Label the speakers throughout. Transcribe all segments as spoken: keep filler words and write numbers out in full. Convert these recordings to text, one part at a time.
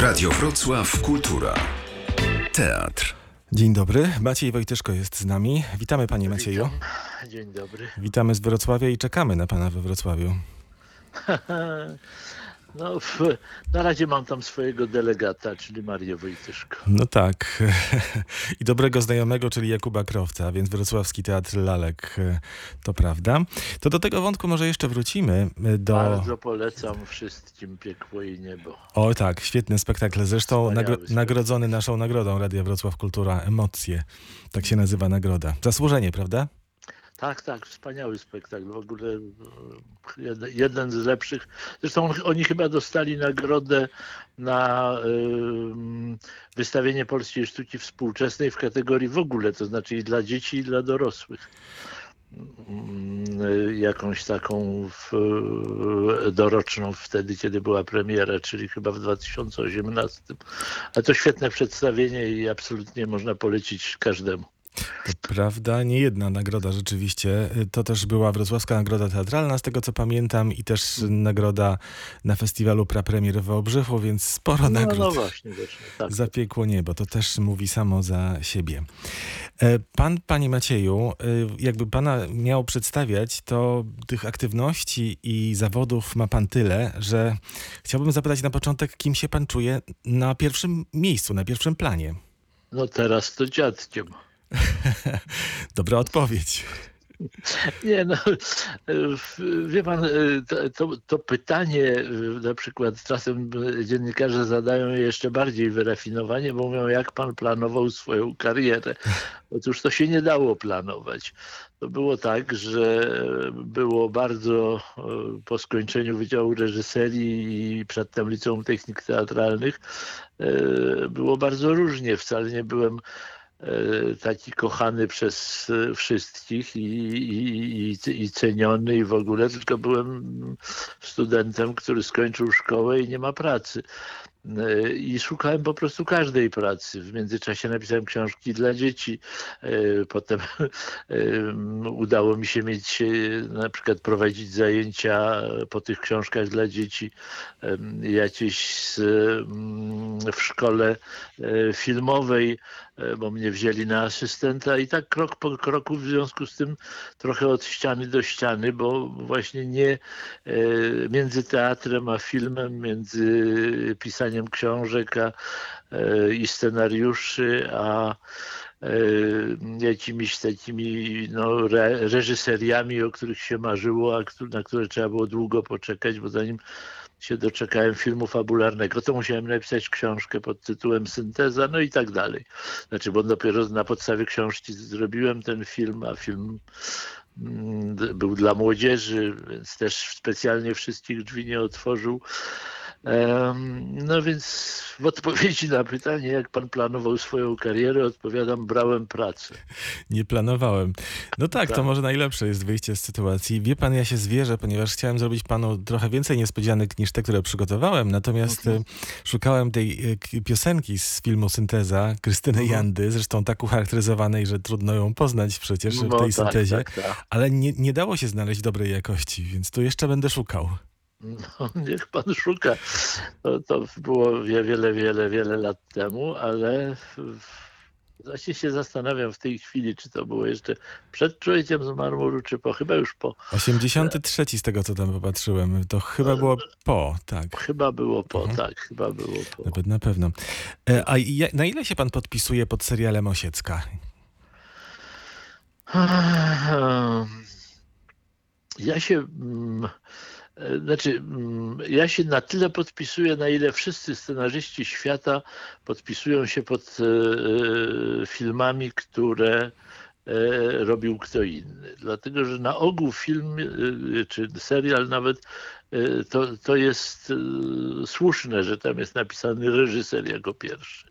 Speaker 1: Radio Wrocław Kultura. Teatr.
Speaker 2: Dzień dobry, Maciej Wojtyszko jest z nami. Witamy panie Macieju.
Speaker 3: Witam. Dzień dobry.
Speaker 2: Witamy z Wrocławia i czekamy na pana we Wrocławiu.
Speaker 3: No, w, na razie mam tam swojego delegata, czyli Marię Wojtyszko.
Speaker 2: No tak. I dobrego znajomego, czyli Jakuba Krowca, więc Wrocławski Teatr Lalek, to prawda. To do tego wątku może jeszcze wrócimy. Do...
Speaker 3: Bardzo polecam wszystkim Piekło i Niebo.
Speaker 2: O tak, świetny spektakl. Zresztą nagro-
Speaker 3: spektakl.
Speaker 2: nagrodzony naszą nagrodą Radia Wrocław Kultura Emocje. Tak się nazywa nagroda. Zasłużenie, prawda?
Speaker 3: Tak, tak, wspaniały spektakl. W ogóle jeden, jeden z lepszych. Zresztą oni chyba dostali nagrodę na y, wystawienie polskiej sztuki współczesnej w kategorii w ogóle, to znaczy i dla dzieci, i dla dorosłych. Jakąś taką w, doroczną wtedy, kiedy była premiera, czyli chyba w dwa tysiące osiemnastym. A to świetne przedstawienie i absolutnie można polecić każdemu.
Speaker 2: To prawda, nie jedna nagroda rzeczywiście. To też była Wrocławska Nagroda Teatralna, z tego co pamiętam, i też nagroda na festiwalu Prapremier w Wałbrzychu, więc sporo
Speaker 3: No,
Speaker 2: nagród.
Speaker 3: no właśnie, właśnie tak.
Speaker 2: Za Piekło Niebo, to też mówi samo za siebie. Pan, panie Macieju, jakby pana miał przedstawiać, to tych aktywności i zawodów ma pan tyle, że chciałbym zapytać na początek, kim się pan czuje na pierwszym miejscu, na pierwszym planie?
Speaker 3: No teraz to dziadkiem.
Speaker 2: Dobra odpowiedź.
Speaker 3: Nie no, wie pan, to, to, to pytanie na przykład czasem dziennikarze zadają je jeszcze bardziej wyrafinowanie, bo mówią, jak pan planował swoją karierę. Otóż to się nie dało planować. To było tak, że było bardzo po skończeniu Wydziału Reżyserii i przedtem Liceum Technik Teatralnych było bardzo różnie. Wcale nie byłem taki kochany przez wszystkich i, i, i, i ceniony i w ogóle, tylko byłem studentem, który skończył szkołę i nie ma pracy. I szukałem po prostu każdej pracy. W międzyczasie napisałem książki dla dzieci. Potem udało mi się mieć, na przykład prowadzić zajęcia po tych książkach dla dzieci jakieś w szkole filmowej, bo mnie wzięli na asystenta i tak krok po kroku, w związku z tym trochę od ściany do ściany, bo właśnie nie między teatrem a filmem, między pisaniem książek a, i scenariuszy, a jakimiś takimi no, re, reżyseriami, o których się marzyło, a na które trzeba było długo poczekać, bo zanim się doczekałem filmu fabularnego, to musiałem napisać książkę pod tytułem Synteza, no i tak dalej. Znaczy, bo dopiero na podstawie książki zrobiłem ten film, a film był dla młodzieży, więc też specjalnie wszystkich drzwi nie otworzył. No więc w odpowiedzi na pytanie, jak pan planował swoją karierę, odpowiadam, brałem pracę.
Speaker 2: Nie planowałem. No tak,
Speaker 3: tak,
Speaker 2: to może najlepsze jest wyjście z sytuacji. Wie pan, ja się zwierzę, ponieważ chciałem zrobić panu trochę więcej niespodzianek niż te, które przygotowałem, natomiast mhm. szukałem tej piosenki z filmu Synteza Krystyny mhm. Jandy, zresztą tak ucharakteryzowanej, że trudno ją poznać przecież w
Speaker 3: no,
Speaker 2: tej
Speaker 3: tak,
Speaker 2: syntezie,
Speaker 3: tak, tak.
Speaker 2: ale nie, nie dało się znaleźć dobrej jakości, więc tu jeszcze będę szukał.
Speaker 3: No, niech pan szuka. To, to było wiele, wiele, wiele lat temu, ale właśnie się zastanawiam w tej chwili, czy to było jeszcze przed Człowiekiem z marmuru, czy po. Chyba już po.
Speaker 2: osiemdziesiąty trzeci z tego, co tam popatrzyłem. To chyba było po, tak.
Speaker 3: Chyba było po,
Speaker 2: mhm.
Speaker 3: tak. Chyba było po.
Speaker 2: Nawet na pewno. A na ile się pan podpisuje pod serialem Osiecka?
Speaker 3: Ja się... Znaczy, ja się na tyle podpisuję, na ile wszyscy scenarzyści świata podpisują się pod e, filmami, które e, robił kto inny. Dlatego, że na ogół film, e, czy serial nawet, e, to, to jest e, słuszne, że tam jest napisany reżyser jako pierwszy.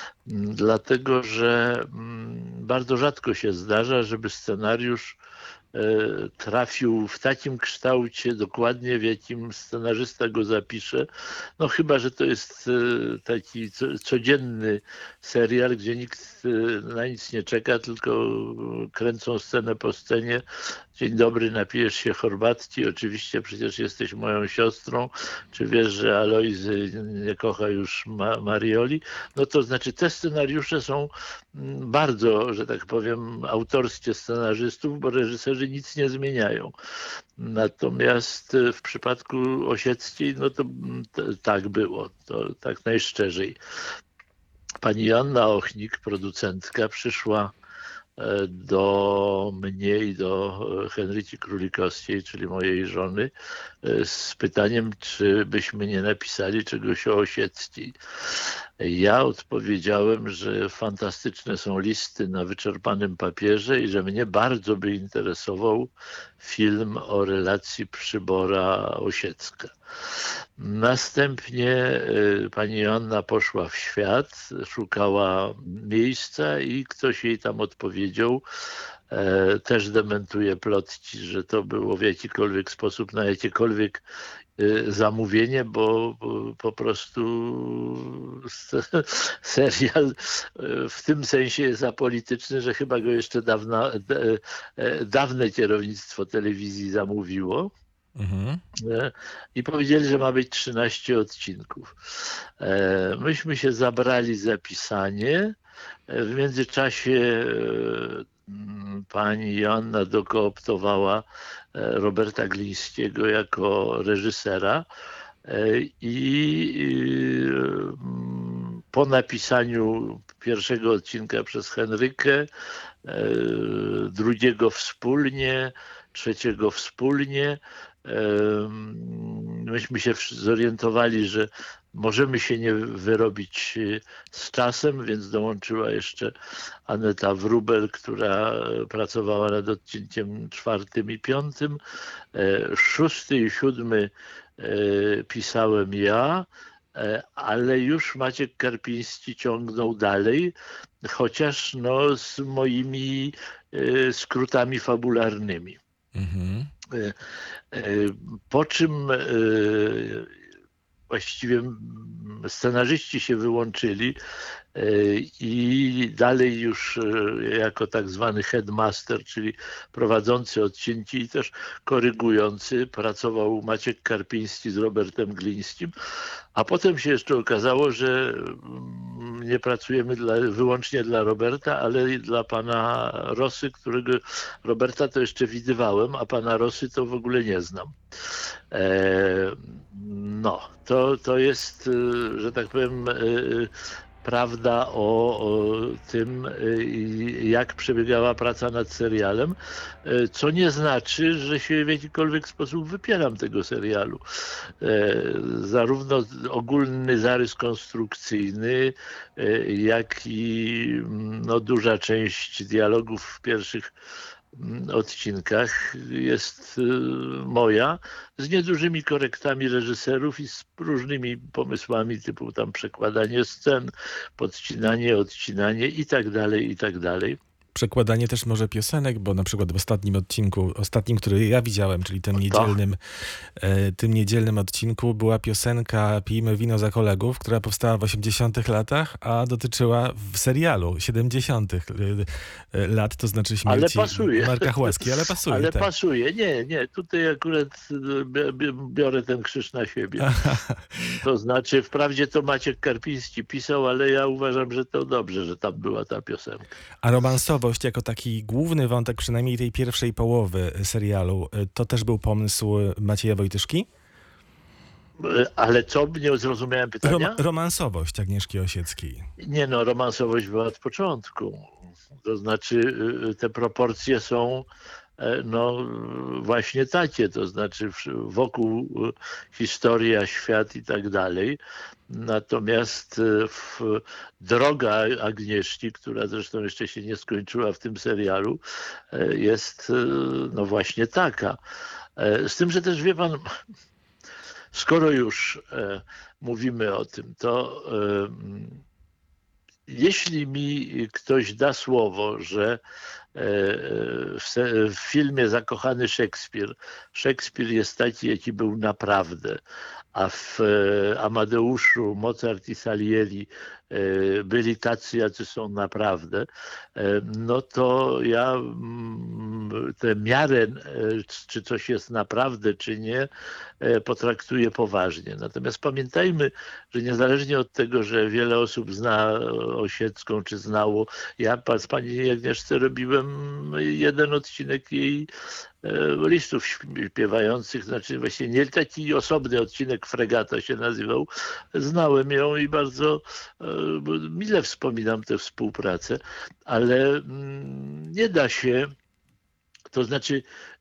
Speaker 3: Dlatego, że m, bardzo rzadko się zdarza, żeby scenariusz trafił w takim kształcie dokładnie, w jakim scenarzysta go zapisze. No chyba, że to jest taki codzienny serial, gdzie nikt na nic nie czeka, tylko kręcą scenę po scenie. Dzień dobry, napijesz się herbatki, oczywiście przecież jesteś moją siostrą, czy wiesz, że Alojzy nie kocha już Ma Marioli? No to znaczy te scenariusze są bardzo, że tak powiem, autorskie scenarzystów, bo reżyserzy nic nie zmieniają. Natomiast w przypadku Osieckiej, no to tak było, to tak najszczerzej. Pani Joanna Ochnik, producentka, przyszła do mnie i do Henryki Królikowskiej, czyli mojej żony, z pytaniem, czy byśmy nie napisali czegoś o Osieckiej. Ja odpowiedziałem, że fantastyczne są listy na wyczerpanym papierze i że mnie bardzo by interesował film o relacji Przybora-Osiecka. Następnie pani Joanna poszła w świat, szukała miejsca i ktoś jej tam odpowiedział. Też dementuje plotki, że to było w jakikolwiek sposób, na jakiekolwiek zamówienie, bo po prostu serial w tym sensie jest apolityczny, że chyba go jeszcze dawna, dawne kierownictwo telewizji zamówiło. Mhm. I powiedzieli, że ma być trzynaście odcinków. Myśmy się zabrali za pisanie. W międzyczasie pani Joanna dokooptowała Roberta Glińskiego jako reżysera i po napisaniu pierwszego odcinka przez Henrykę, drugiego wspólnie, trzeciego wspólnie, myśmy się zorientowali, że możemy się nie wyrobić z czasem, więc dołączyła jeszcze Aneta Wróbel, która pracowała nad odcinkiem czwartym i piątym. Szósty i siódmy pisałem ja, ale już Maciek Karpiński ciągnął dalej, chociaż no z moimi skrótami fabularnymi. Mhm. Po czym właściwie scenarzyści się wyłączyli i dalej już jako tak zwany headmaster, czyli prowadzący odcinki i też korygujący, pracował Maciek Karpiński z Robertem Glińskim, a potem się jeszcze okazało, że nie pracujemy dla, wyłącznie dla Roberta, ale i dla pana Rosy, którego Roberta to jeszcze widywałem, a pana Rosy to w ogóle nie znam. No, to, to jest, że tak powiem, prawda o, o tym, jak przebiegała praca nad serialem, co nie znaczy, że się w jakikolwiek sposób wypieram tego serialu. Zarówno ogólny zarys konstrukcyjny, jak i no, duża część dialogów w pierwszych odcinkach jest moja, z niedużymi korektami reżyserów i z różnymi pomysłami typu tam przekładanie scen, podcinanie, odcinanie i tak dalej, i tak dalej.
Speaker 2: Przekładanie też może piosenek, bo na przykład w ostatnim odcinku, ostatnim, który ja widziałem, czyli tym niedzielnym, e, tym niedzielnym odcinku była piosenka Pijmy wino za kolegów, która powstała w osiemdziesiątych latach, a dotyczyła w serialu siedemdziesiątych lat, to znaczy śmierci Marka Chłaski, ale pasuje.
Speaker 3: Ale
Speaker 2: tak.
Speaker 3: pasuje, nie, nie, tutaj akurat biorę ten krzyż na siebie. To znaczy, wprawdzie to Maciek Karpiński pisał, ale ja uważam, że to dobrze, że tam była ta piosenka.
Speaker 2: A romansowość jako taki główny wątek, przynajmniej tej pierwszej połowy serialu, to też był pomysł Macieja Wojtyszki?
Speaker 3: Ale co? Nie zrozumiałem pytania?
Speaker 2: Rom romansowość Agnieszki Osieckiej.
Speaker 3: Nie no, romansowość była od początku. To znaczy te proporcje są no właśnie takie, to znaczy wokół historia, świat i tak dalej. Natomiast w droga Agnieszki, która zresztą jeszcze się nie skończyła w tym serialu, jest no właśnie taka. Z tym, że też wie pan, skoro już mówimy o tym, to jeśli mi ktoś da słowo, że w, se, w filmie Zakochany Szekspir, Szekspir jest taki, jaki był naprawdę, a w Amadeuszu Mozart i Salieri byli tacy, jacy są naprawdę, no to ja tę miarę, czy coś jest naprawdę, czy nie, potraktuję poważnie. Natomiast pamiętajmy, że niezależnie od tego, że wiele osób zna Osiecką, czy znało, ja z pani Agnieszce robiłem jeden odcinek jej listów śpiewających, znaczy właśnie nie taki osobny odcinek, Fregata się nazywał. Znałem ją i bardzo mile wspominam tę współpracę, ale nie da się, to znaczy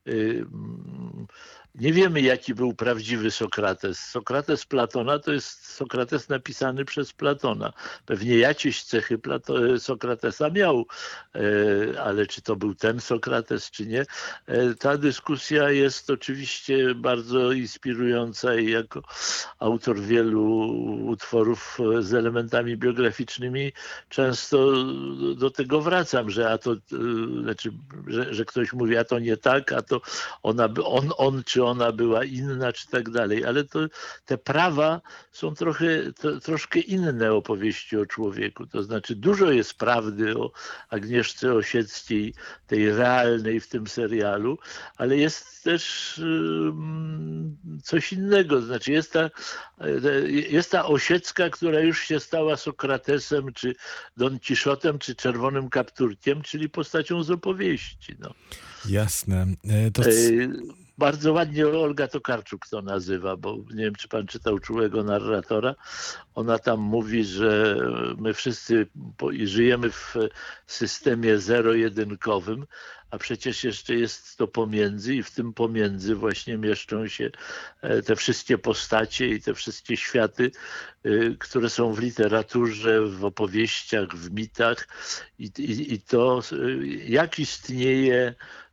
Speaker 3: nie wiemy, jaki był prawdziwy Sokrates. Sokrates Platona to jest Sokrates napisany przez Platona. Pewnie jakieś cechy Plato Sokratesa miał, ale czy to był ten Sokrates, czy nie? Ta dyskusja jest oczywiście bardzo inspirująca i jako autor wielu utworów z elementami biograficznymi często do tego wracam, że a to, znaczy, że, że ktoś mówi, a to nie tak, a to ona, on, on czy ona była inna, czy tak dalej, ale to, te prawa są trochę, to, troszkę inne opowieści o człowieku, to znaczy dużo jest prawdy o Agnieszce Osieckiej, tej realnej w tym serialu, ale jest też um, coś innego, to znaczy jest ta, jest ta Osiecka, która już się stała Sokratesem, czy Don Quixotem, czy Czerwonym Kapturkiem, czyli postacią z opowieści. No.
Speaker 2: Jasne. To...
Speaker 3: Bardzo ładnie Olga Tokarczuk to nazywa, bo nie wiem, czy pan czytał Czułego narratora. Ona tam mówi, że my wszyscy żyjemy w systemie zero-jedynkowym, a przecież jeszcze jest to pomiędzy i w tym pomiędzy właśnie mieszczą się te wszystkie postacie i te wszystkie światy, które są w literaturze, w opowieściach, w mitach i, i, i to jak istnieje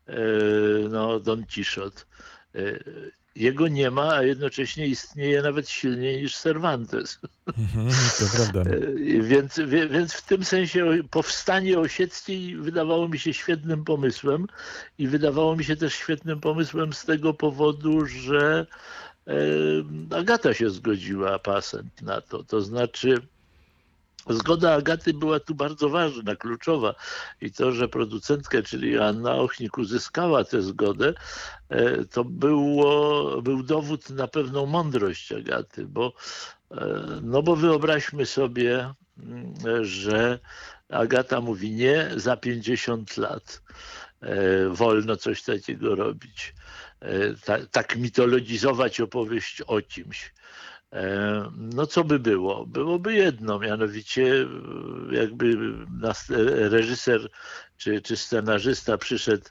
Speaker 3: no, Don Quixote. Jego nie ma, a jednocześnie istnieje nawet silniej niż Cervantes.
Speaker 2: Mhm, to prawda.
Speaker 3: Więc, więc w tym sensie powstanie Osieckiej wydawało mi się świetnym pomysłem i wydawało mi się też świetnym pomysłem z tego powodu, że Agata się zgodziła pasent na to. To znaczy zgoda Agaty była tu bardzo ważna, kluczowa i to, że producentka, czyli Joanna Ochnik, uzyskała tę zgodę, to było, był dowód na pewną mądrość Agaty, bo, no bo wyobraźmy sobie, że Agata mówi nie, za pięćdziesiąt lat wolno coś takiego robić, tak, tak mitologizować opowieść o kimś. No co by było? Byłoby jedno, mianowicie jakby reżyser czy, czy scenarzysta przyszedł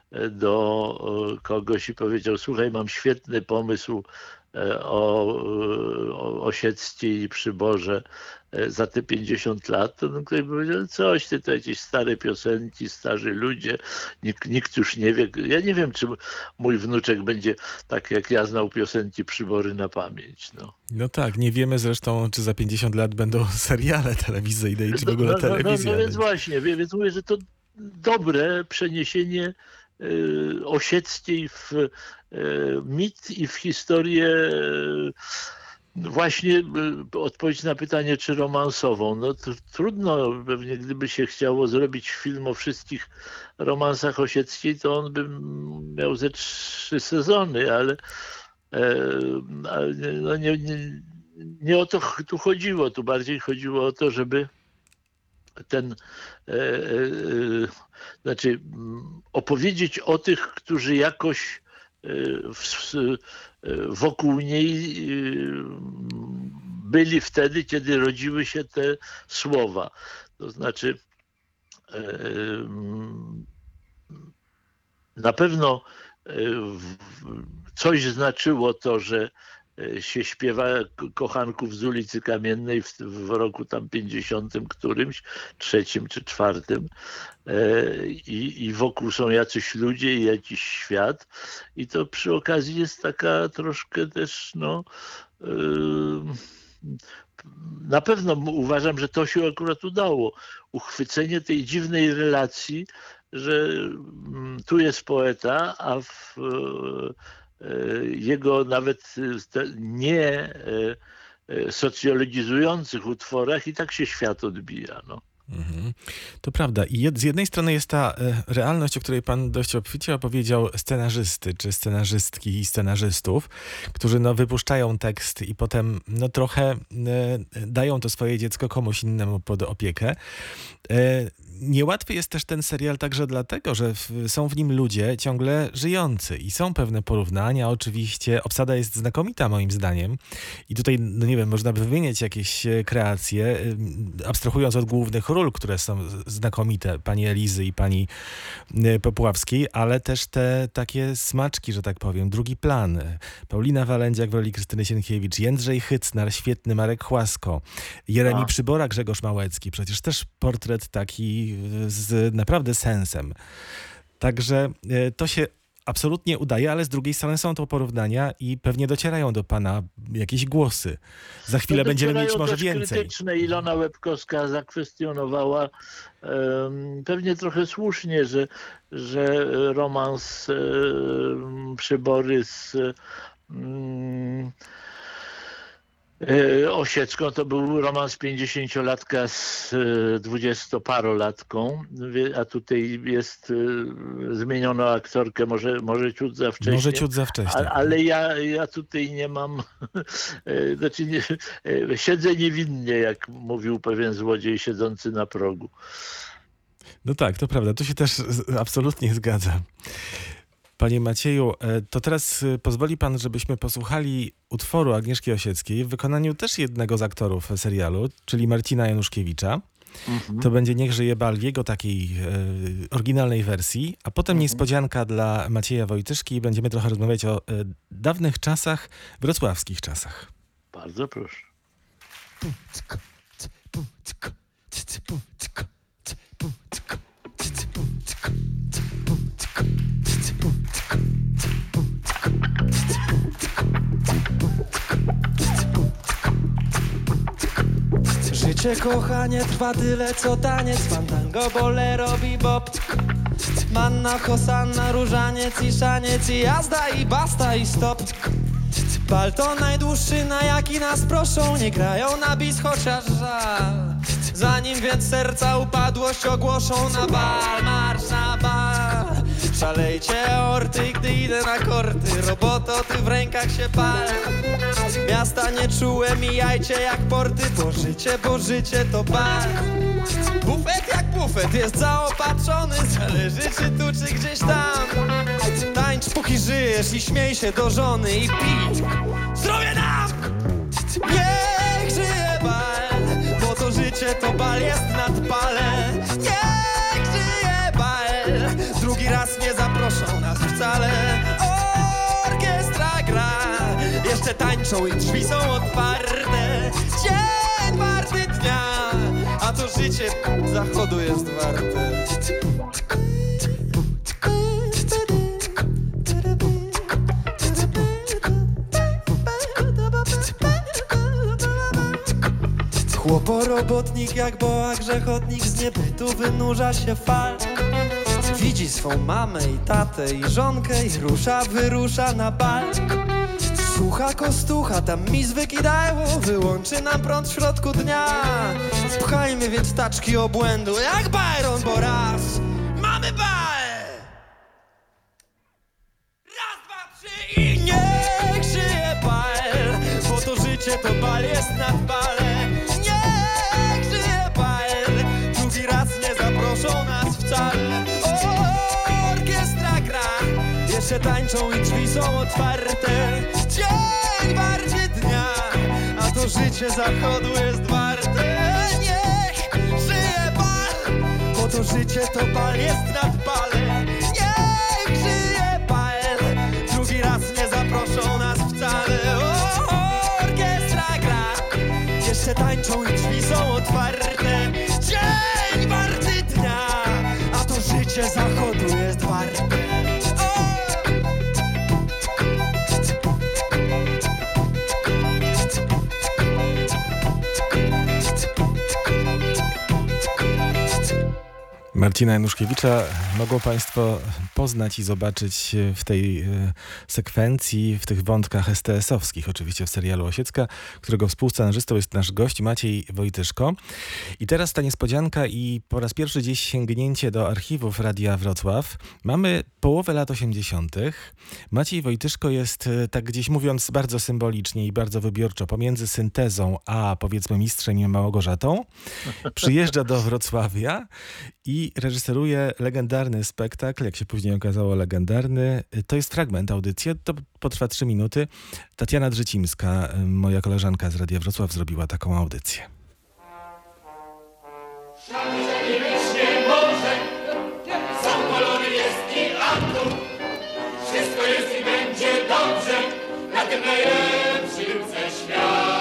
Speaker 3: do kogoś i powiedział: słuchaj, mam świetny pomysł o, o Osieckiej i Przyborze za te pięćdziesiąt lat, to no, ktoś powiedział, coś, ty to jakieś stare piosenki, starzy ludzie, nikt, nikt już nie wie. Ja nie wiem, czy mój wnuczek będzie tak jak ja znał piosenki Przybory na pamięć. No,
Speaker 2: no tak, nie wiemy zresztą, czy za pięćdziesiąt lat będą seriale telewizyjne i czy w ogóle
Speaker 3: no, no,
Speaker 2: telewizja.
Speaker 3: No, no, no więc właśnie, więc mówię, że to dobre przeniesienie Osieckiej w mit i w historię, właśnie odpowiedź na pytanie, czy romansową. No to trudno, pewnie gdyby się chciało zrobić film o wszystkich romansach Osieckiej, to on by miał ze trzy sezony, ale, ale no nie, nie, nie o to tu chodziło. Tu bardziej chodziło o to, żeby ten, e, e, znaczy opowiedzieć o tych, którzy jakoś e, w, wokół niej byli wtedy, kiedy rodziły się te słowa. To znaczy e, na pewno coś znaczyło to, że się śpiewa kochanków z ulicy Kamiennej w, w roku tam pięćdziesiątym którymś, trzecim czy czwartym i, i wokół są jacyś ludzie i jakiś świat i to przy okazji jest taka troszkę też no yy, na pewno uważam, że to się akurat udało. Uchwycenie tej dziwnej relacji że tu jest poeta, a w jego nawet nie socjologizujących utworach i tak się świat odbija. No.
Speaker 2: Mhm. To prawda. I jed, z jednej strony jest ta e, realność, o której pan dość obficie opowiedział, scenarzysty, czy scenarzystki i scenarzystów, którzy no, wypuszczają tekst i potem no, trochę e, dają to swoje dziecko komuś innemu pod opiekę. E, Niełatwy jest też ten serial także dlatego, że w, są w nim ludzie ciągle żyjący i są pewne porównania. Oczywiście obsada jest znakomita moim zdaniem i tutaj, no nie wiem, można by wymieniać jakieś kreacje, abstrahując od głównych ról, które są znakomite, pani Elizy i pani Popławskiej, ale też te takie smaczki, że tak powiem, drugi plan. Paulina Walędziak w roli Krystyny Sienkiewicz, Jędrzej Hycnar, świetny Marek Chłasko, Jeremi A. Przybora, Grzegorz Małecki, przecież też portret taki z naprawdę sensem. Także to się absolutnie udaje, ale z drugiej strony są to porównania i pewnie docierają do pana jakieś głosy. Za chwilę będziemy mieć może więcej.
Speaker 3: Krytyczne. Ilona Łebkowska zakwestionowała um, pewnie trochę słusznie, że, że romans um, Przybory z um, Osiecką to był romans pięćdziesięciolatka z dwudziestoparolatką, a tutaj jest zmieniono aktorkę, może, może ciut za wcześnie.
Speaker 2: Może ciut za wcześnie.
Speaker 3: Ale, ale ja, ja tutaj nie mam, znaczy nie, siedzę niewinnie, jak mówił pewien złodziej siedzący na progu.
Speaker 2: No tak, to prawda, to się też absolutnie zgadza. Panie Macieju, to teraz pozwoli pan, żebyśmy posłuchali utworu Agnieszki Osieckiej w wykonaniu też jednego z aktorów serialu, czyli Marcina Januszkiewicza. Mhm. To będzie Niech żyje bal w jego takiej e, oryginalnej wersji, a potem mhm. niespodzianka dla Macieja Wojtyszki i będziemy trochę rozmawiać o e, dawnych czasach, wrocławskich czasach.
Speaker 3: Bardzo proszę.
Speaker 4: Życie, kochanie, trwa tyle co taniec, fandango, bolero, bebop, manna, hosanna, różaniec i szaniec i jazda i basta i stop. Bal to najdłuższy, na jaki nas proszą, nie grają na bis, chociaż żal. Zanim więc serca upadłość ogłoszą, na bal, marsz na bal. Szalejcie orty, gdy idę na korty, roboto, ty w rękach się pal. Miasta nie czułem, mijajcie jak porty, bo życie, bo życie to bal. Bufet jak bufet jest zaopatrzony, zależy czy tu, czy gdzieś tam. Tańcz póki żyjesz i śmiej się do żony i pij zdrowie nam! Niech żyje bal, bo to życie to bal jest nad bale. Niech żyje bal, drugi raz nie zaproszą nas wcale. Orkiestra gra, jeszcze tańczą i drzwi są otwarte. Dzień warty dnia, a to życie zachodu jest warte. Chłoporobotnik jak boa grzechotnik z niebytu wynurza się fal. Widzi swą mamę i tatę i żonkę i rusza, wyrusza na bal. Słucha kostucha, tam mi wykidało, wyłączy nam prąd w środku dnia. Pchajmy więc taczki obłędu jak Byron, bo raz mamy bal. Raz, dwa, trzy i niech żyje bal, bo to życie to bal jest nad balem. Niech żyje bal, drugi raz nie zaproszą nas wcale. Orkiestra gra, jeszcze tańczą i drzwi są otwarte. Dzień warty dnia, a to życie zachodu jest warte. Niech żyje bal, bo to życie to bal jest nad balem. Niech żyje bal, drugi raz nie zaproszą nas wcale. O, orkiestra gra, jeszcze tańczą i drzwi są otwarte. Dzień warty dnia, a to życie zachodu jest warte.
Speaker 2: Marcina Januszkiewicza mogą Państwo poznać i zobaczyć w tej sekwencji, w tych wątkach es te esowskich, oczywiście w serialu Osiecka, którego współscenarzystą jest nasz gość Maciej Wojtyszko. I teraz ta niespodzianka i po raz pierwszy dziś sięgnięcie do archiwów Radia Wrocław. Mamy połowę lat osiemdziesiątych. Maciej Wojtyszko jest, tak gdzieś mówiąc bardzo symbolicznie i bardzo wybiorczo, pomiędzy syntezą a powiedzmy Mistrzem i Małgorzatą. Przyjeżdża do Wrocławia i reżyseruje legendarny spektakl, jak się później okazało legendarny. To jest fragment audycji, to potrwa trzy minuty. Tatiana Drzycimska, moja koleżanka z Radia Wrocław, zrobiła taką audycję.
Speaker 5: Są kolory, jest i atur. Wszystko jest i będzie dobrze na tym najlepszym ze świat.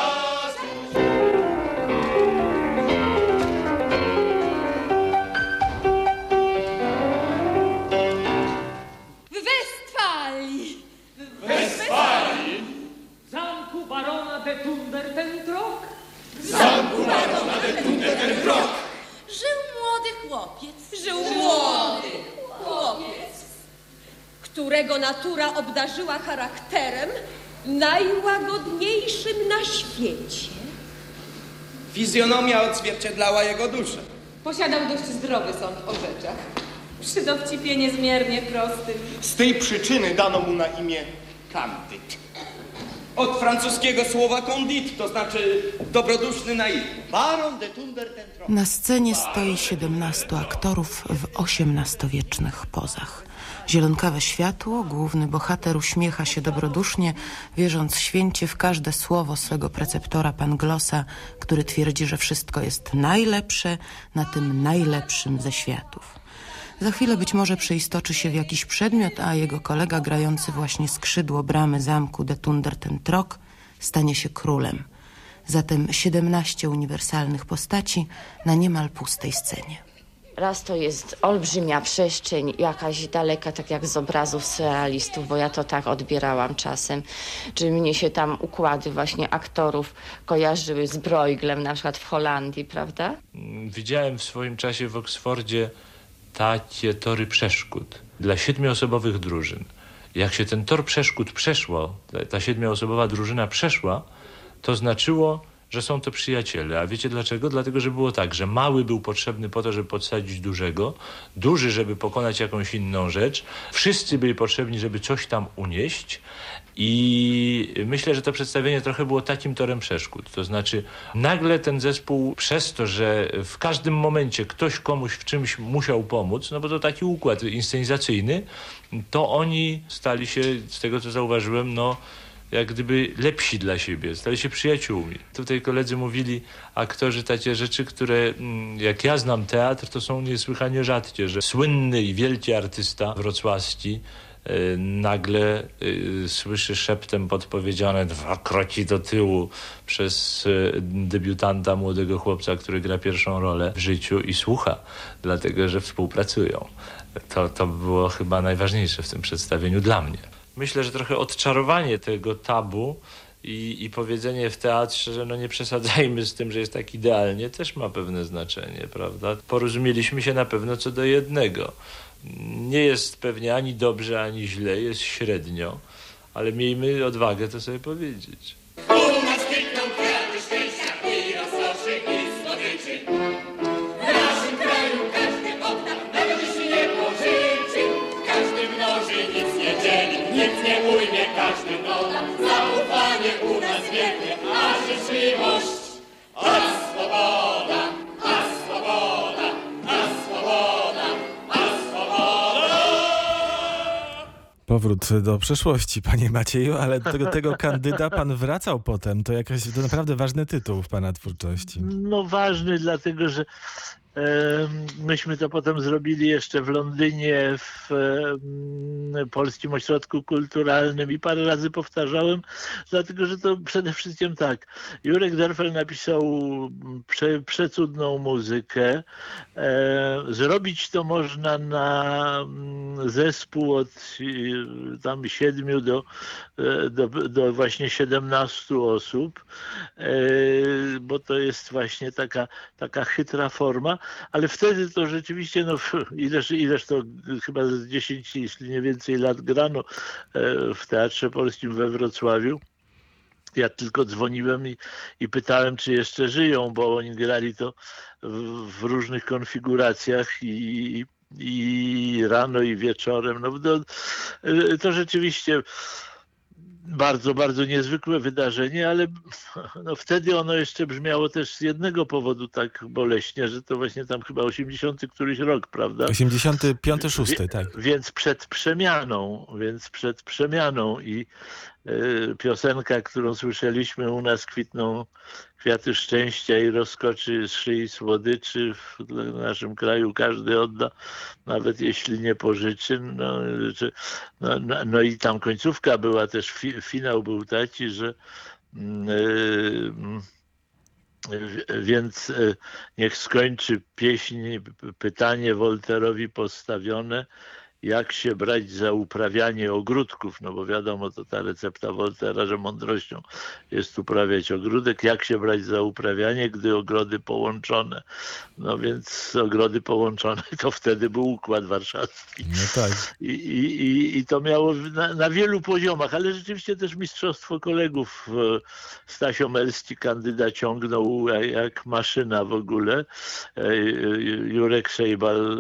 Speaker 6: W Westfalii!
Speaker 5: W Westfalii!
Speaker 7: W zamku barona de Tunder-ten-Trok!
Speaker 5: W zamku barona de Tunder-ten-Trok!
Speaker 6: Żył młody chłopiec. Żył młody chłopiec, którego natura obdarzyła charakterem najłagodniejszym na świecie.
Speaker 8: Fizjonomia odzwierciedlała jego duszę.
Speaker 9: Posiadał dość zdrowy sąd o rzeczach. Przy dowcipie niezmiernie prostym.
Speaker 8: Z tej przyczyny dano mu na imię Candid. Od francuskiego słowa condit, to znaczy dobroduszny naiwny. Baron de Tunder-ten-Trok.
Speaker 10: Na scenie stoi siedemnastu aktorów w osiemnastowiecznych pozach. Zielonkawe światło, główny bohater uśmiecha się dobrodusznie, wierząc święcie w każde słowo swego preceptora Panglosa, który twierdzi, że wszystko jest najlepsze na tym najlepszym ze światów. Za chwilę być może przeistoczy się w jakiś przedmiot, a jego kolega grający właśnie skrzydło bramy zamku de Tunder-ten-Trok stanie się królem. Zatem siedemnaście uniwersalnych postaci na niemal pustej scenie.
Speaker 11: Raz to jest olbrzymia przestrzeń, jakaś daleka, tak jak z obrazów surrealistów, bo ja to tak odbierałam czasem, czy mnie się tam układy właśnie aktorów kojarzyły z Brueglem, na przykład w Holandii, prawda?
Speaker 12: Widziałem w swoim czasie w Oksfordzie takie tory przeszkód dla siedmioosobowych drużyn. Jak się ten tor przeszkód przeszło, ta siedmioosobowa drużyna przeszła, to znaczyło, że są to przyjaciele. A wiecie dlaczego? Dlatego, że było tak, że mały był potrzebny po to, żeby podsadzić dużego, duży, żeby pokonać jakąś inną rzecz. Wszyscy byli potrzebni, żeby coś tam unieść. I myślę, że to przedstawienie trochę było takim torem przeszkód. To znaczy nagle ten zespół przez to, że w każdym momencie ktoś komuś w czymś musiał pomóc, no bo to taki układ inscenizacyjny, to oni stali się, z tego co zauważyłem, no jak gdyby lepsi dla siebie, stali się przyjaciółmi. Tutaj koledzy mówili, aktorzy, takie rzeczy, które jak ja znam teatr, to są niesłychanie rzadkie, że słynny i wielki artysta wrocławski y, nagle y, słyszy szeptem podpowiedziane dwa kroki do tyłu przez y, debiutanta, młodego chłopca, który gra pierwszą rolę w życiu i słucha, dlatego że współpracują. To, to było chyba najważniejsze w tym przedstawieniu dla mnie. Myślę, że trochę odczarowanie tego tabu i, i powiedzenie w teatrze, że no nie przesadzajmy z tym, że jest tak idealnie, też ma pewne znaczenie, prawda? Porozumieliśmy się na pewno co do jednego. Nie jest pewnie ani dobrze, ani źle, jest średnio, ale miejmy odwagę to sobie powiedzieć.
Speaker 5: U nas kwitną kwiaty szczęścia i rozkoszy i słodyczy. W naszym kraju każdy odda, nawet jeśli nie pożyczy. Każdy mnoży, nic nie dzieli, nic nie ujmie, każdy doda. Zaufanie u nas wielkie, a życzliwość, a swoboda, a swoboda, a swoboda, a swoboda.
Speaker 2: Powrót do przeszłości, panie Macieju, ale do tego, tego kandyda pan wracał potem. To jakaś, to naprawdę ważny tytuł w pana twórczości.
Speaker 3: No ważny, dlatego że myśmy to potem zrobili jeszcze w Londynie, w Polskim Ośrodku Kulturalnym i parę razy powtarzałem, dlatego że to przede wszystkim tak. Jurek Derfel napisał prze, przecudną muzykę. Zrobić to można na zespół od tam siedmiu do, do, do właśnie siedemnastu osób, bo to jest właśnie taka, taka chytra forma. ale wtedy to rzeczywiście, no ileż, ileż to chyba z dziesięć, jeśli nie więcej lat grano w Teatrze Polskim we Wrocławiu. Ja tylko dzwoniłem i, i pytałem, czy jeszcze żyją, bo oni grali to w, w różnych konfiguracjach i, i rano, i wieczorem. No to, to rzeczywiście bardzo, bardzo niezwykłe wydarzenie, ale no wtedy ono jeszcze brzmiało też z jednego powodu tak boleśnie, że to właśnie tam chyba osiemdziesiąty któryś rok, prawda?
Speaker 2: osiemdziesiąty piąty, szósty, tak.
Speaker 3: Więc przed przemianą, więc przed przemianą i y, piosenka, którą słyszeliśmy u nas, kwitną kwiaty szczęścia i rozkoczy z szyi słodyczy, w naszym kraju każdy odda, nawet jeśli nie pożyczy. No, czy, no, no, no i tam końcówka była też, fi, finał był taki, że yy, więc niech skończy pieśń pytanie Wolterowi postawione, jak się brać za uprawianie ogródków, no bo wiadomo, to ta recepta Woltera, że mądrością jest uprawiać ogródek, jak się brać za uprawianie, gdy ogrody połączone. No więc ogrody połączone to wtedy był Układ Warszawski.
Speaker 2: No tak.
Speaker 3: I, i, i to miało na, na wielu poziomach, ale rzeczywiście też mistrzostwo kolegów. Stasio Melski, kandydat, ciągnął jak maszyna w ogóle. Jurek Szejbal,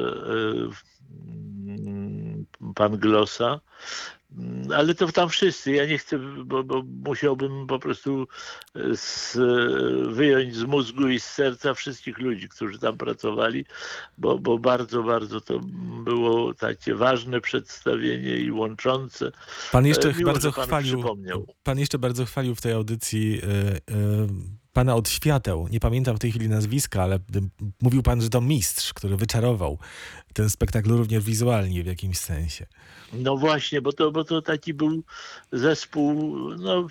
Speaker 3: pan Glosa, ale to tam wszyscy. Ja nie chcę, bo, bo musiałbym po prostu z, wyjąć z mózgu i z serca wszystkich ludzi, którzy tam pracowali, bo, bo bardzo, bardzo to było takie ważne przedstawienie i łączące.
Speaker 2: Pan jeszcze
Speaker 3: Miło,
Speaker 2: bardzo
Speaker 3: pan
Speaker 2: chwalił,
Speaker 3: przypomniał. Pan
Speaker 2: jeszcze bardzo chwalił w tej audycji yy, yy, pana od świateł. Nie pamiętam w tej chwili nazwiska, ale mówił pan, że to mistrz, który wyczarował ten spektakl również wizualnie w jakimś sensie.
Speaker 3: No właśnie, bo to, bo to taki był zespół, no...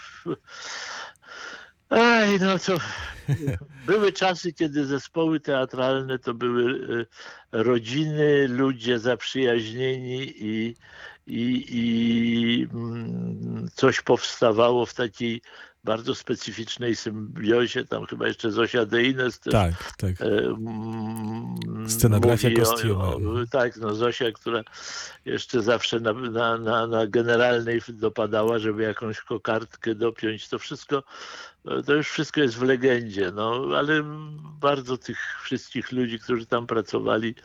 Speaker 3: Aj, no to były czasy, kiedy zespoły teatralne to były rodziny, ludzie zaprzyjaźnieni i, i, i coś powstawało w takiej bardzo specyficznej symbiozie. Tam chyba jeszcze Zosia de Ines też.
Speaker 2: Tak, tak.
Speaker 3: E,
Speaker 2: Scenografia, kostiumy.
Speaker 3: Tak, no Zosia, która jeszcze zawsze na, na, na, na generalnej dopadała, żeby jakąś kokardkę dopiąć. To wszystko, to już wszystko jest w legendzie, no ale bardzo tych wszystkich ludzi, którzy tam pracowali,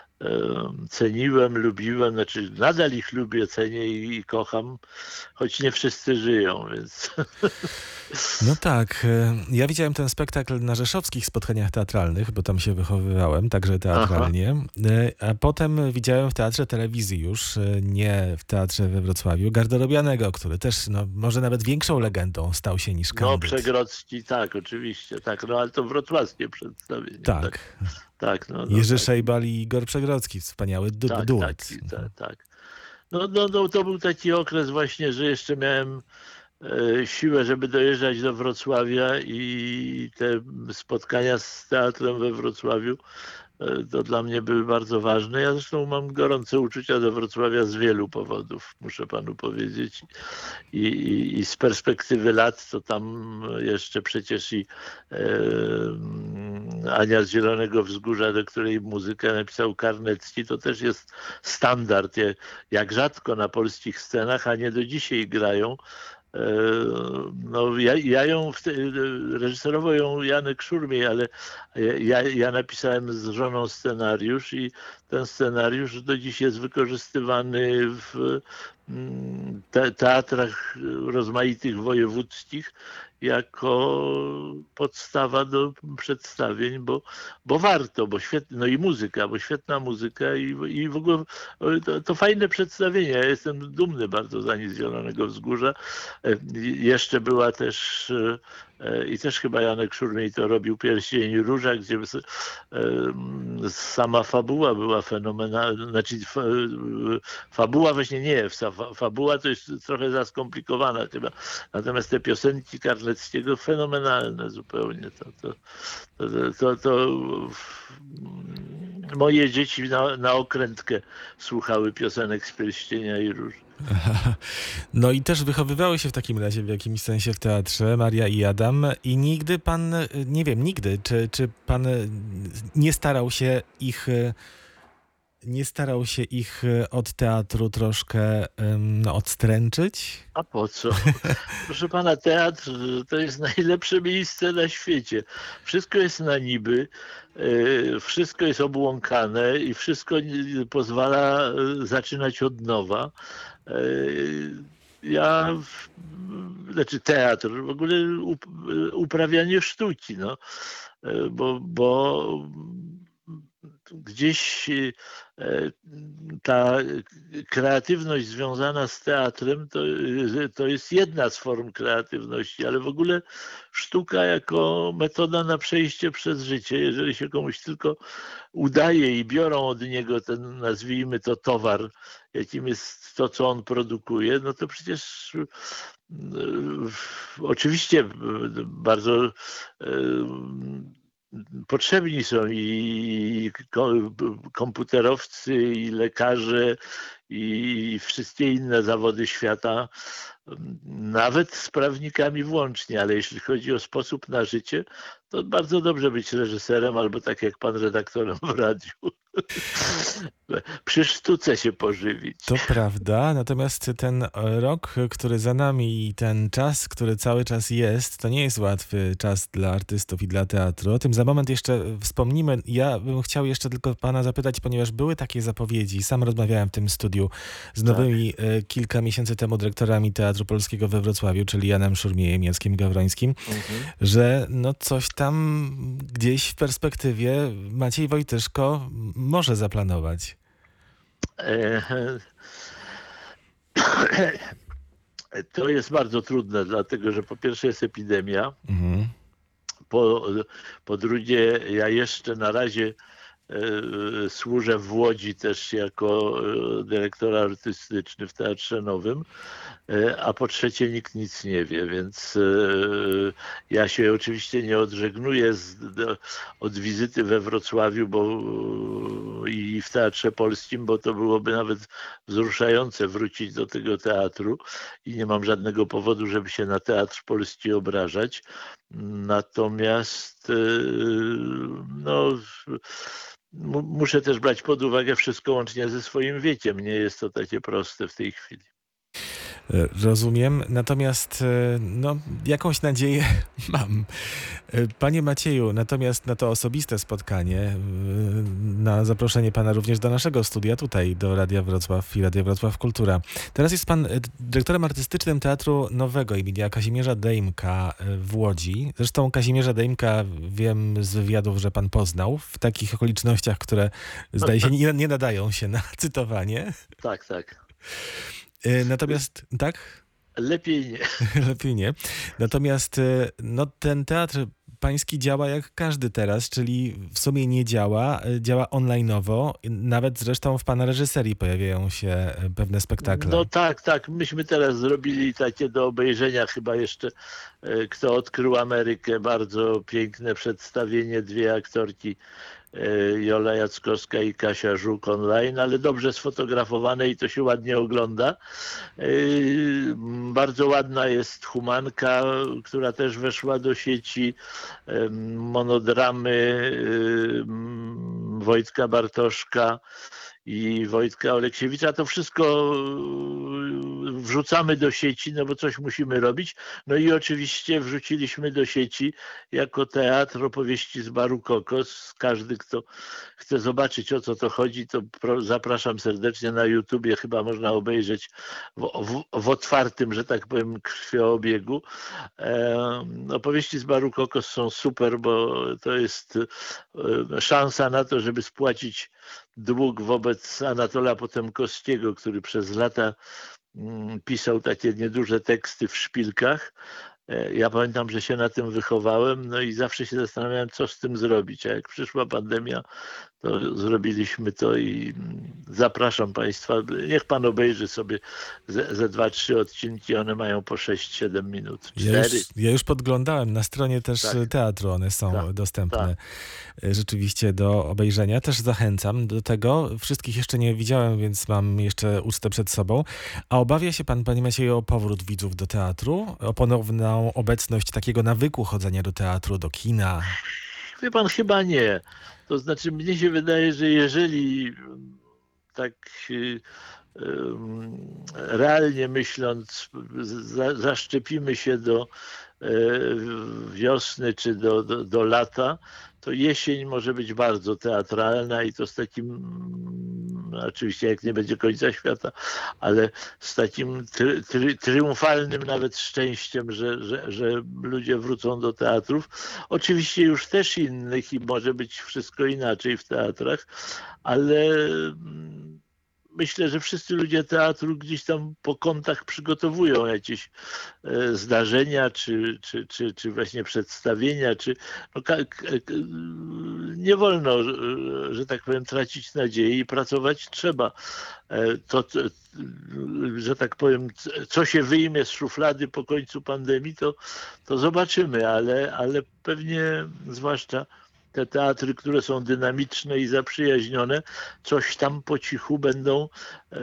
Speaker 3: ceniłem, lubiłem, znaczy nadal ich lubię, cenię i, i kocham, choć nie wszyscy żyją, więc...
Speaker 2: No tak, ja widziałem ten spektakl na rzeszowskich spotkaniach teatralnych, bo tam się wychowywałem, także teatralnie, Aha. a potem widziałem w Teatrze Telewizji już, nie w Teatrze we Wrocławiu, Garderobianego, który też, no, może nawet większą legendą stał się niż Kandyt.
Speaker 3: No Przegrodzki, tak, oczywiście, tak, no ale to wrocławskie przedstawienie.
Speaker 2: Tak.
Speaker 3: tak. Tak, no, no,
Speaker 2: Jerzy
Speaker 3: tak.
Speaker 2: Szejbal i Igor Przegrodzki, wspaniały du
Speaker 3: tak,
Speaker 2: duet.
Speaker 3: Tak, tak, tak. No, no, no, to był taki okres właśnie, że jeszcze miałem e, siłę, żeby dojeżdżać do Wrocławia i te spotkania z teatrem we Wrocławiu e, to dla mnie były bardzo ważne. Ja zresztą mam gorące uczucia do Wrocławia z wielu powodów, muszę panu powiedzieć. I, i, i z perspektywy lat to tam jeszcze przecież i e, Ania z Zielonego Wzgórza, do której muzykę napisał Karnecki, to też jest standard, jak rzadko na polskich scenach, a nie do dzisiaj grają. No, ja, ja ją, reżyserował ją Janek Szurmiej, ale ja, ja napisałem z żoną scenariusz i ten scenariusz do dziś jest wykorzystywany w te, teatrach rozmaitych wojewódzkich jako podstawa do przedstawień, bo, bo warto, bo świetna, no i muzyka, bo świetna muzyka i, i w ogóle to, to fajne przedstawienie. Ja jestem dumny bardzo z Ani z Zielonego Wzgórza. Jeszcze była też i też chyba Janek Szurmiej to robił, Pierścień i Róża, gdzie sama fabuła była fenomenalna, znaczy fabuła właśnie nie, fabuła to jest trochę za skomplikowana chyba, natomiast te piosenki Karneckiego fenomenalne zupełnie. To, to, to, to, to moje dzieci na, na okrętkę słuchały piosenek z Pierścienia i Róż.
Speaker 2: No i też wychowywały się w takim razie w jakimś sensie w teatrze Maria i Adam i nigdy pan, nie wiem, nigdy, czy, czy pan nie starał się ich nie starał się ich od teatru troszkę no, odstręczyć?
Speaker 3: A po co? Proszę pana, teatr to jest najlepsze miejsce na świecie. Wszystko jest na niby, wszystko jest obłąkane i wszystko pozwala zaczynać od nowa. Ja, znaczy teatr, w ogóle uprawianie sztuki, no, bo, bo gdzieś ta kreatywność związana z teatrem to, to jest jedna z form kreatywności, ale w ogóle sztuka jako metoda na przejście przez życie, jeżeli się komuś tylko udaje i biorą od niego ten, nazwijmy to, towar, jakim jest to, co on produkuje, no to przecież oczywiście bardzo potrzebni są i komputerowcy, i lekarze, i wszystkie inne zawody świata, nawet z prawnikami włącznie, ale jeśli chodzi o sposób na życie, to bardzo dobrze być reżyserem albo tak jak pan redaktorem w radiu. Przy sztuce się pożywić.
Speaker 2: To prawda, natomiast ten rok, który za nami i ten czas, który cały czas jest, to nie jest łatwy czas dla artystów i dla teatru. O tym za moment jeszcze wspomnimy. Ja bym chciał jeszcze tylko pana zapytać, ponieważ były takie zapowiedzi, sam rozmawiałem w tym studiu z nowymi tak. kilka miesięcy temu dyrektorami Teatru Polskiego we Wrocławiu, czyli Janem Szurmiejem, Jackiem Gawrońskim, mhm. że no coś tam gdzieś w perspektywie Maciej Wojtyszko może zaplanować.
Speaker 3: To jest bardzo trudne, dlatego że po pierwsze jest epidemia,
Speaker 2: mhm.
Speaker 3: po, po drugie ja jeszcze na razie służę w Łodzi też jako dyrektor artystyczny w Teatrze Nowym, a po trzecie nikt nic nie wie, więc ja się oczywiście nie odżegnuję z, od wizyty we Wrocławiu bo, i w Teatrze Polskim, bo to byłoby nawet wzruszające wrócić do tego teatru i nie mam żadnego powodu, żeby się na Teatr Polski obrażać. Natomiast no muszę też brać pod uwagę wszystko łącznie ze swoim wiekiem. Nie jest to takie proste w tej chwili.
Speaker 2: Rozumiem, natomiast no, jakąś nadzieję mam. Panie Macieju, natomiast na to osobiste spotkanie, na zaproszenie pana również do naszego studia, tutaj do Radia Wrocław i Radia Wrocław Kultura. Teraz jest pan dyrektorem artystycznym Teatru Nowego imienia Kazimierza Dejmka w Łodzi. Zresztą Kazimierza Dejmka wiem z wywiadów, że pan poznał w takich okolicznościach, które zdaje się nie, nie nadają się na cytowanie.
Speaker 3: Tak, tak.
Speaker 2: Natomiast, tak?
Speaker 3: Lepiej nie.
Speaker 2: Lepiej nie. Natomiast no, ten teatr pański działa jak każdy teraz, czyli w sumie nie działa, działa online'owo. Nawet zresztą w pana reżyserii pojawiają się pewne spektakle.
Speaker 3: No tak, tak. Myśmy teraz zrobili takie do obejrzenia chyba jeszcze Kto odkrył Amerykę. Bardzo piękne przedstawienie, dwie aktorki, Jola Jackowska i Kasia Żuk online, ale dobrze sfotografowane i to się ładnie ogląda. Bardzo ładna jest Humanka, która też weszła do sieci, monodramy Wojtka Bartoszka i Wojtka Oleksiewicza. To wszystko wrzucamy do sieci, no bo coś musimy robić. No i oczywiście wrzuciliśmy do sieci jako teatr opowieści z baru Kokos. Każdy, kto chce zobaczyć, o co to chodzi, to zapraszam serdecznie na YouTubie. Chyba można obejrzeć w, w, w otwartym, że tak powiem, krwioobiegu. E, opowieści z baru Kokos są super, bo to jest szansa na to, żeby spłacić dług wobec Anatola Potemkowskiego, który przez lata pisał takie nieduże teksty w szpilkach. Ja pamiętam, że się na tym wychowałem, no i zawsze się zastanawiałem, co z tym zrobić. A jak przyszła pandemia, to zrobiliśmy to i zapraszam Państwa. Niech Pan obejrzy sobie ze, ze dwa, trzy odcinki, one mają po sześć, siedem minut.
Speaker 2: Ja już, ja już podglądałem, na stronie też tak. teatru one są tak, dostępne tak. rzeczywiście do obejrzenia. Też zachęcam do tego. Wszystkich jeszcze nie widziałem, więc mam jeszcze ucztę przed sobą. A obawia się Pan, Panie Macieju, o powrót widzów do teatru? O ponowną obecność takiego nawyku chodzenia do teatru, do kina?
Speaker 3: Wie Pan, chyba nie. To znaczy, mnie się wydaje, że jeżeli tak realnie myśląc, za, zaszczepimy się do wiosny czy do, do, do lata, to jesień może być bardzo teatralna i to z takim, oczywiście jak nie będzie końca świata, ale z takim tri, tri, triumfalnym nawet szczęściem, że, że, że ludzie wrócą do teatrów. Oczywiście już też innych i może być wszystko inaczej w teatrach, ale myślę, że wszyscy ludzie teatru gdzieś tam po kątach przygotowują jakieś e, zdarzenia, czy, czy, czy, czy właśnie przedstawienia, czy no, ka, ka, nie wolno, że, że tak powiem, tracić nadziei i pracować trzeba. E, to, to, że tak powiem, co się wyjmie z szuflady po końcu pandemii, to, to zobaczymy, ale, ale pewnie zwłaszcza te teatry, które są dynamiczne i zaprzyjaźnione, coś tam po cichu będą e,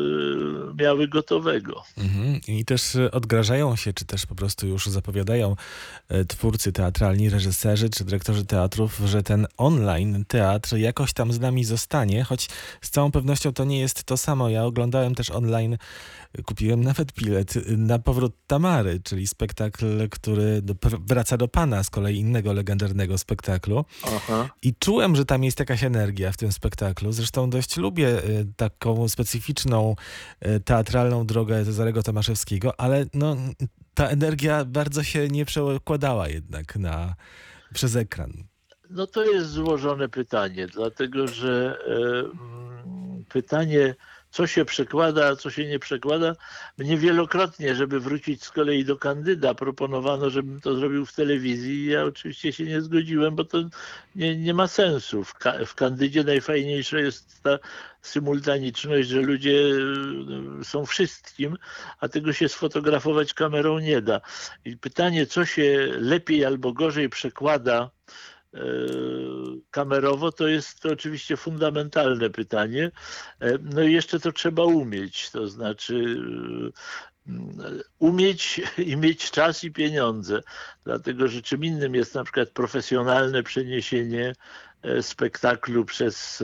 Speaker 3: miały gotowego.
Speaker 2: Mhm. I też odgrażają się, czy też po prostu już zapowiadają twórcy teatralni, reżyserzy czy dyrektorzy teatrów, że ten online teatr jakoś tam z nami zostanie, choć z całą pewnością to nie jest to samo. Ja oglądałem też online, kupiłem nawet bilet na Powrót Tamary, czyli spektakl, który do, wraca do Pana, z kolei innego legendarnego spektaklu. Aha. I czułem, że tam jest jakaś energia w tym spektaklu. Zresztą dość lubię taką specyficzną teatralną drogę Cezarego Tomaszewskiego, ale no, ta energia bardzo się nie przekładała jednak na, przez ekran.
Speaker 3: No to jest złożone pytanie, dlatego że e, pytanie, co się przekłada, a co się nie przekłada. Mnie wielokrotnie, żeby wrócić z kolei do Kandyda, proponowano, żebym to zrobił w telewizji. Ja oczywiście się nie zgodziłem, bo to nie, nie ma sensu. W, ka w Kandydzie najfajniejsza jest ta symultaniczność, że ludzie są wszystkim, a tego się sfotografować kamerą nie da. I pytanie, co się lepiej albo gorzej przekłada kamerowo, to jest to oczywiście fundamentalne pytanie. No i jeszcze to trzeba umieć, to znaczy umieć i mieć czas i pieniądze, dlatego że czym innym jest na przykład profesjonalne przeniesienie spektaklu przez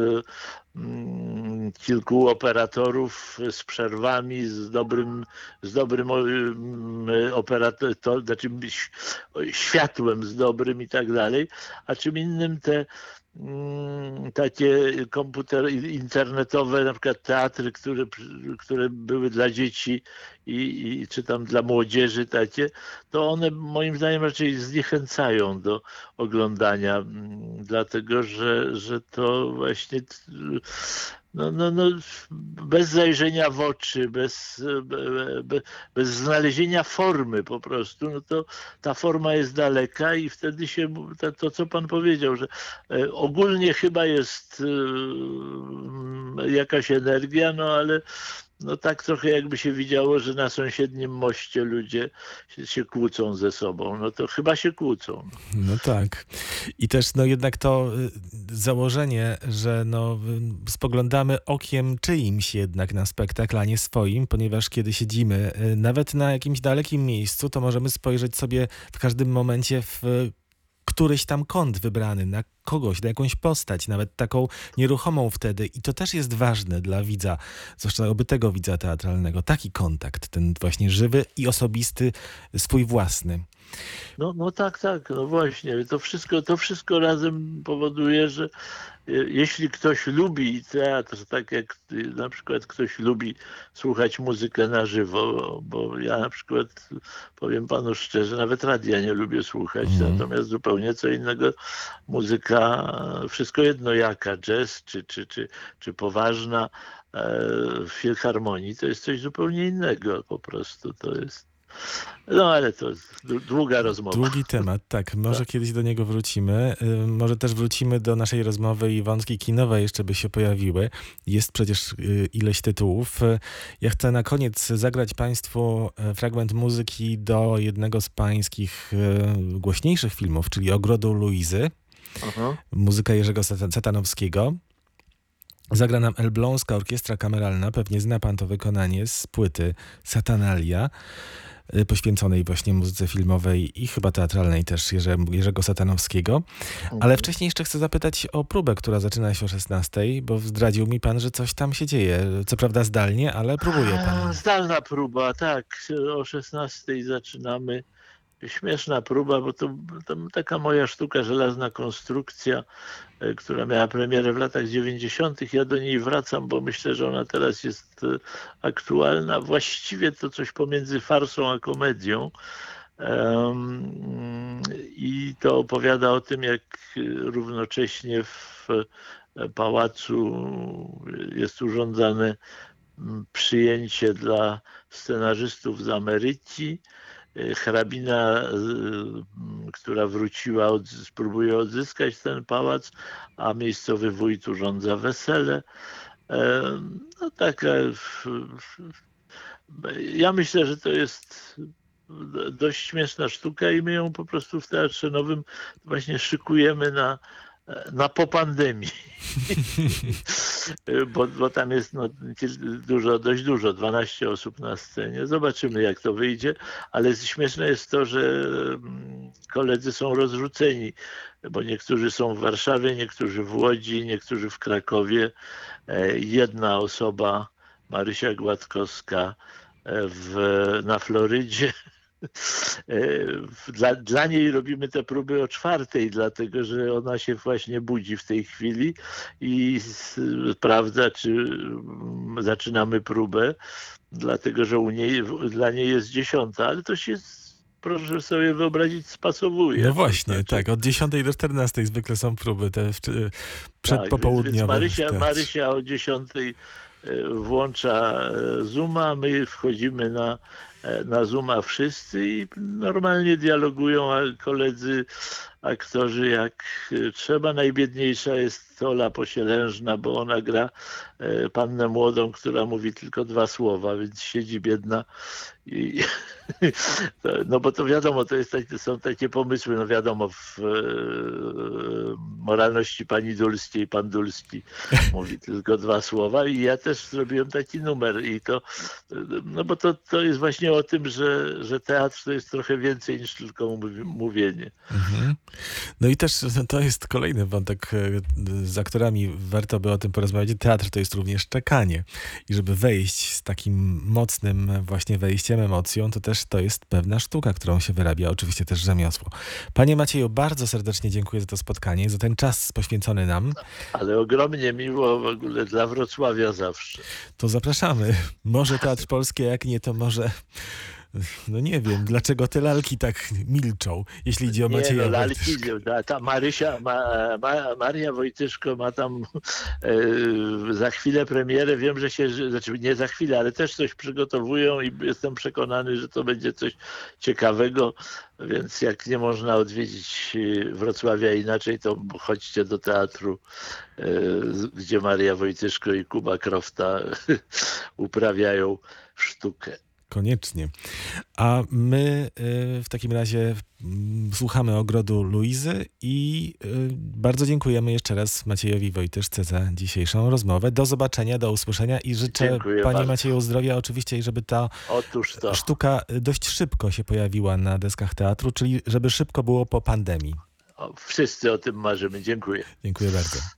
Speaker 3: kilku operatorów z przerwami, z dobrym, z dobrym operatorem, znaczy światłem z dobrym i tak dalej, a czym innym te takie komputer internetowe, na przykład teatry, które, które były dla dzieci i, i czy tam dla młodzieży takie, to one moim zdaniem raczej zniechęcają do oglądania, dlatego że, że to właśnie no, no, no, bez zajrzenia w oczy, bez, bez, bez znalezienia formy po prostu, no to ta forma jest daleka i wtedy się, to, to co pan powiedział, że ogólnie chyba jest jakaś energia, no ale no tak trochę jakby się widziało, że na sąsiednim moście ludzie się, się kłócą ze sobą. No to chyba się kłócą.
Speaker 2: No tak. I też no jednak to założenie, że no spoglądamy okiem czyimś jednak na spektakl, a nie swoim, ponieważ kiedy siedzimy nawet na jakimś dalekim miejscu, to możemy spojrzeć sobie w każdym momencie w któryś tam kąt wybrany, na kogoś, na jakąś postać, nawet taką nieruchomą wtedy. I to też jest ważne dla widza, zwłaszcza obytego widza teatralnego. Taki kontakt, ten właśnie żywy i osobisty, swój własny.
Speaker 3: No, no tak, tak, no właśnie. To wszystko, to wszystko razem powoduje, że jeśli ktoś lubi teatr, tak jak na przykład ktoś lubi słuchać muzykę na żywo, bo ja na przykład, powiem panu szczerze, nawet radia nie lubię słuchać, mm. natomiast zupełnie co innego muzyka, wszystko jedno jaka, jazz czy, czy, czy, czy poważna w filharmonii, to jest coś zupełnie innego po prostu, to jest No ale to długa rozmowa.
Speaker 2: Długi temat, tak. Może tak. Kiedyś do niego wrócimy. Może też wrócimy do naszej rozmowy i wątki kinowe jeszcze by się pojawiły. Jest przecież ileś tytułów. Ja chcę na koniec zagrać Państwu fragment muzyki do jednego z pańskich głośniejszych filmów, czyli Ogrodu Luizy. Aha. Muzyka Jerzego Satanowskiego. Zagra nam Elbląska Orkiestra Kameralna. Pewnie zna pan to wykonanie z płyty Satanalia, poświęconej właśnie muzyce filmowej i chyba teatralnej też Jerze, Jerzego Satanowskiego. Ale wcześniej jeszcze chcę zapytać o próbę, która zaczyna się o szesnastej, bo zdradził mi pan, że coś tam się dzieje. Co prawda zdalnie, ale próbuje pan.
Speaker 3: A, zdalna próba, tak. O szesnastej zaczynamy. Śmieszna próba, bo to, to taka moja sztuka, żelazna konstrukcja, która miała premierę w latach dziewięćdziesiątych. Ja do niej wracam, bo myślę, że ona teraz jest aktualna. Właściwie to coś pomiędzy farsą a komedią. Um, I to opowiada o tym, jak równocześnie w pałacu jest urządzane przyjęcie dla scenarzystów z Ameryki. Hrabina, która wróciła, spróbuje odzyskać ten pałac, a miejscowy wójt urządza wesele. No taka... Ja myślę, że to jest dość śmieszna sztuka i my ją po prostu w Teatrze Nowym właśnie szykujemy na, na po pandemii. bo, bo tam jest no, dużo, dość dużo, dwanaście osób na scenie. Zobaczymy, jak to wyjdzie, ale śmieszne jest to, że koledzy są rozrzuceni, bo niektórzy są w Warszawie, niektórzy w Łodzi, niektórzy w Krakowie. Jedna osoba, Marysia Gładkowska, w, na Florydzie. Dla, dla niej robimy te próby o czwartej, dlatego że ona się właśnie budzi w tej chwili i sprawdza, czy zaczynamy próbę, dlatego że u niej, dla niej jest dziesiąta, ale to się, proszę sobie wyobrazić, spasowuje.
Speaker 2: No właśnie, znaczy, tak, od dziesiątej do czternastej zwykle są próby te przedpopołudniowe. Tak, więc
Speaker 3: Marysia, Marysia o dziesiątej włącza Zooma, my wchodzimy na na Zooma wszyscy i normalnie dialogują, a koledzy aktorzy jak trzeba. Najbiedniejsza jest Ola Posielężna, bo ona gra pannę młodą, która mówi tylko dwa słowa, więc siedzi biedna. I, no bo to wiadomo, to jest, to są takie pomysły, no wiadomo, w Moralności pani Dulskiej pan Dulski mówi tylko dwa słowa i ja też zrobiłem taki numer i to, no bo to, to jest właśnie o tym, że, że teatr to jest trochę więcej niż tylko mówienie. Mhm.
Speaker 2: No i też to jest kolejny wątek z aktorami, warto by o tym porozmawiać. Teatr to jest również czekanie i żeby wejść z takim mocnym właśnie wejściem, emocją, to też to jest pewna sztuka, którą się wyrabia, oczywiście też rzemiosło. Panie Macieju, bardzo serdecznie dziękuję za to spotkanie, za ten czas poświęcony nam.
Speaker 3: Ale ogromnie miło w ogóle dla Wrocławia zawsze.
Speaker 2: To zapraszamy. Może Teatr Polski, a jak nie, to może... No nie wiem, dlaczego te lalki tak milczą, jeśli idzie o Macieja
Speaker 3: Nie, no, lalki, ta, ta Marysia, ma, ma, Maria Wojtyszko ma tam e, za chwilę premierę. Wiem, że się, że, znaczy nie za chwilę, ale też coś przygotowują i jestem przekonany, że to będzie coś ciekawego, więc jak nie można odwiedzić Wrocławia inaczej, to chodźcie do teatru, e, gdzie Maria Wojtyszko i Kuba Krofta uprawiają sztukę.
Speaker 2: Koniecznie. A my y, w takim razie y, słuchamy Ogrodu Luizy i y, bardzo dziękujemy jeszcze raz Maciejowi Wojtyszce za dzisiejszą rozmowę. Do zobaczenia, do usłyszenia i życzę Dziękuję Panie bardzo. Macieju zdrowia oczywiście i żeby ta
Speaker 3: Otóż to.
Speaker 2: sztuka dość szybko się pojawiła na deskach teatru, czyli żeby szybko było po pandemii.
Speaker 3: O, wszyscy o tym marzymy. Dziękuję.
Speaker 2: Dziękuję bardzo.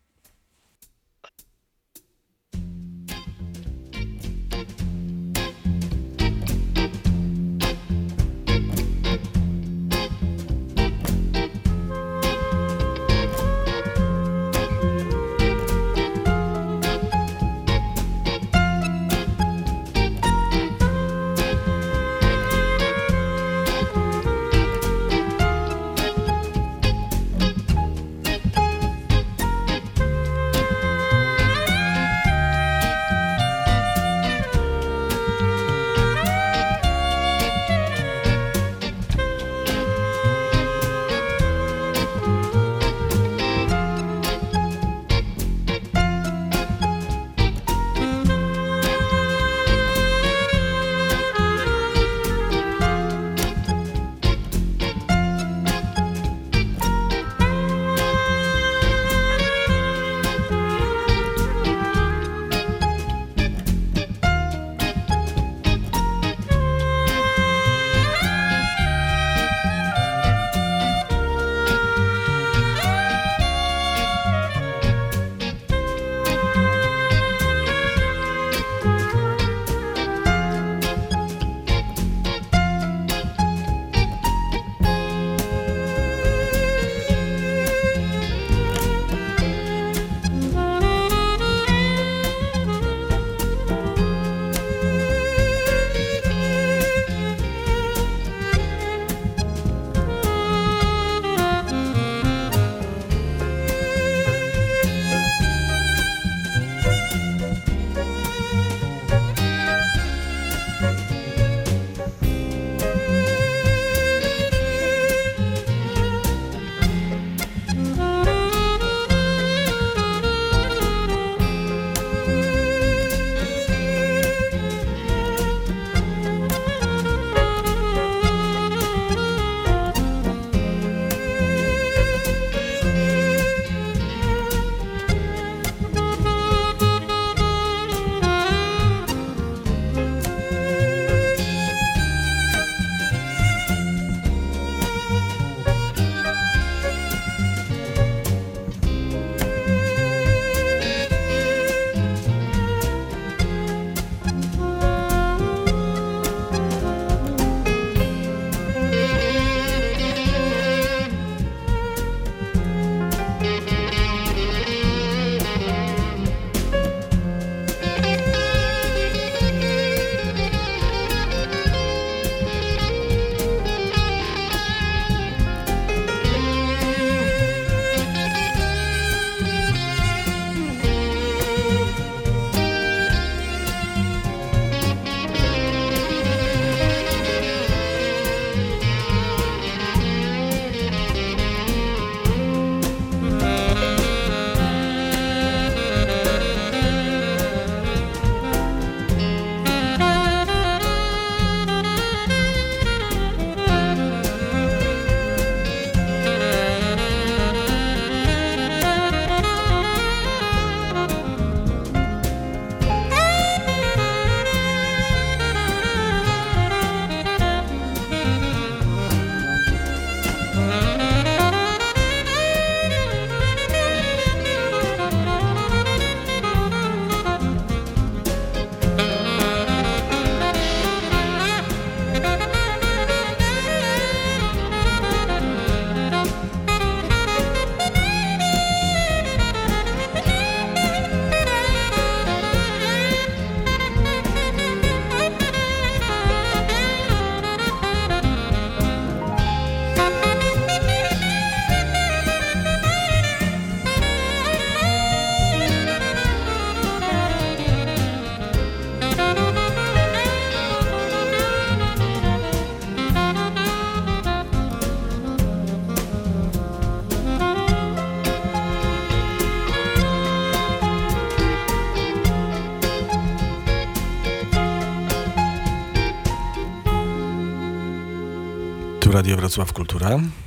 Speaker 2: Radio Wrocław Kultura.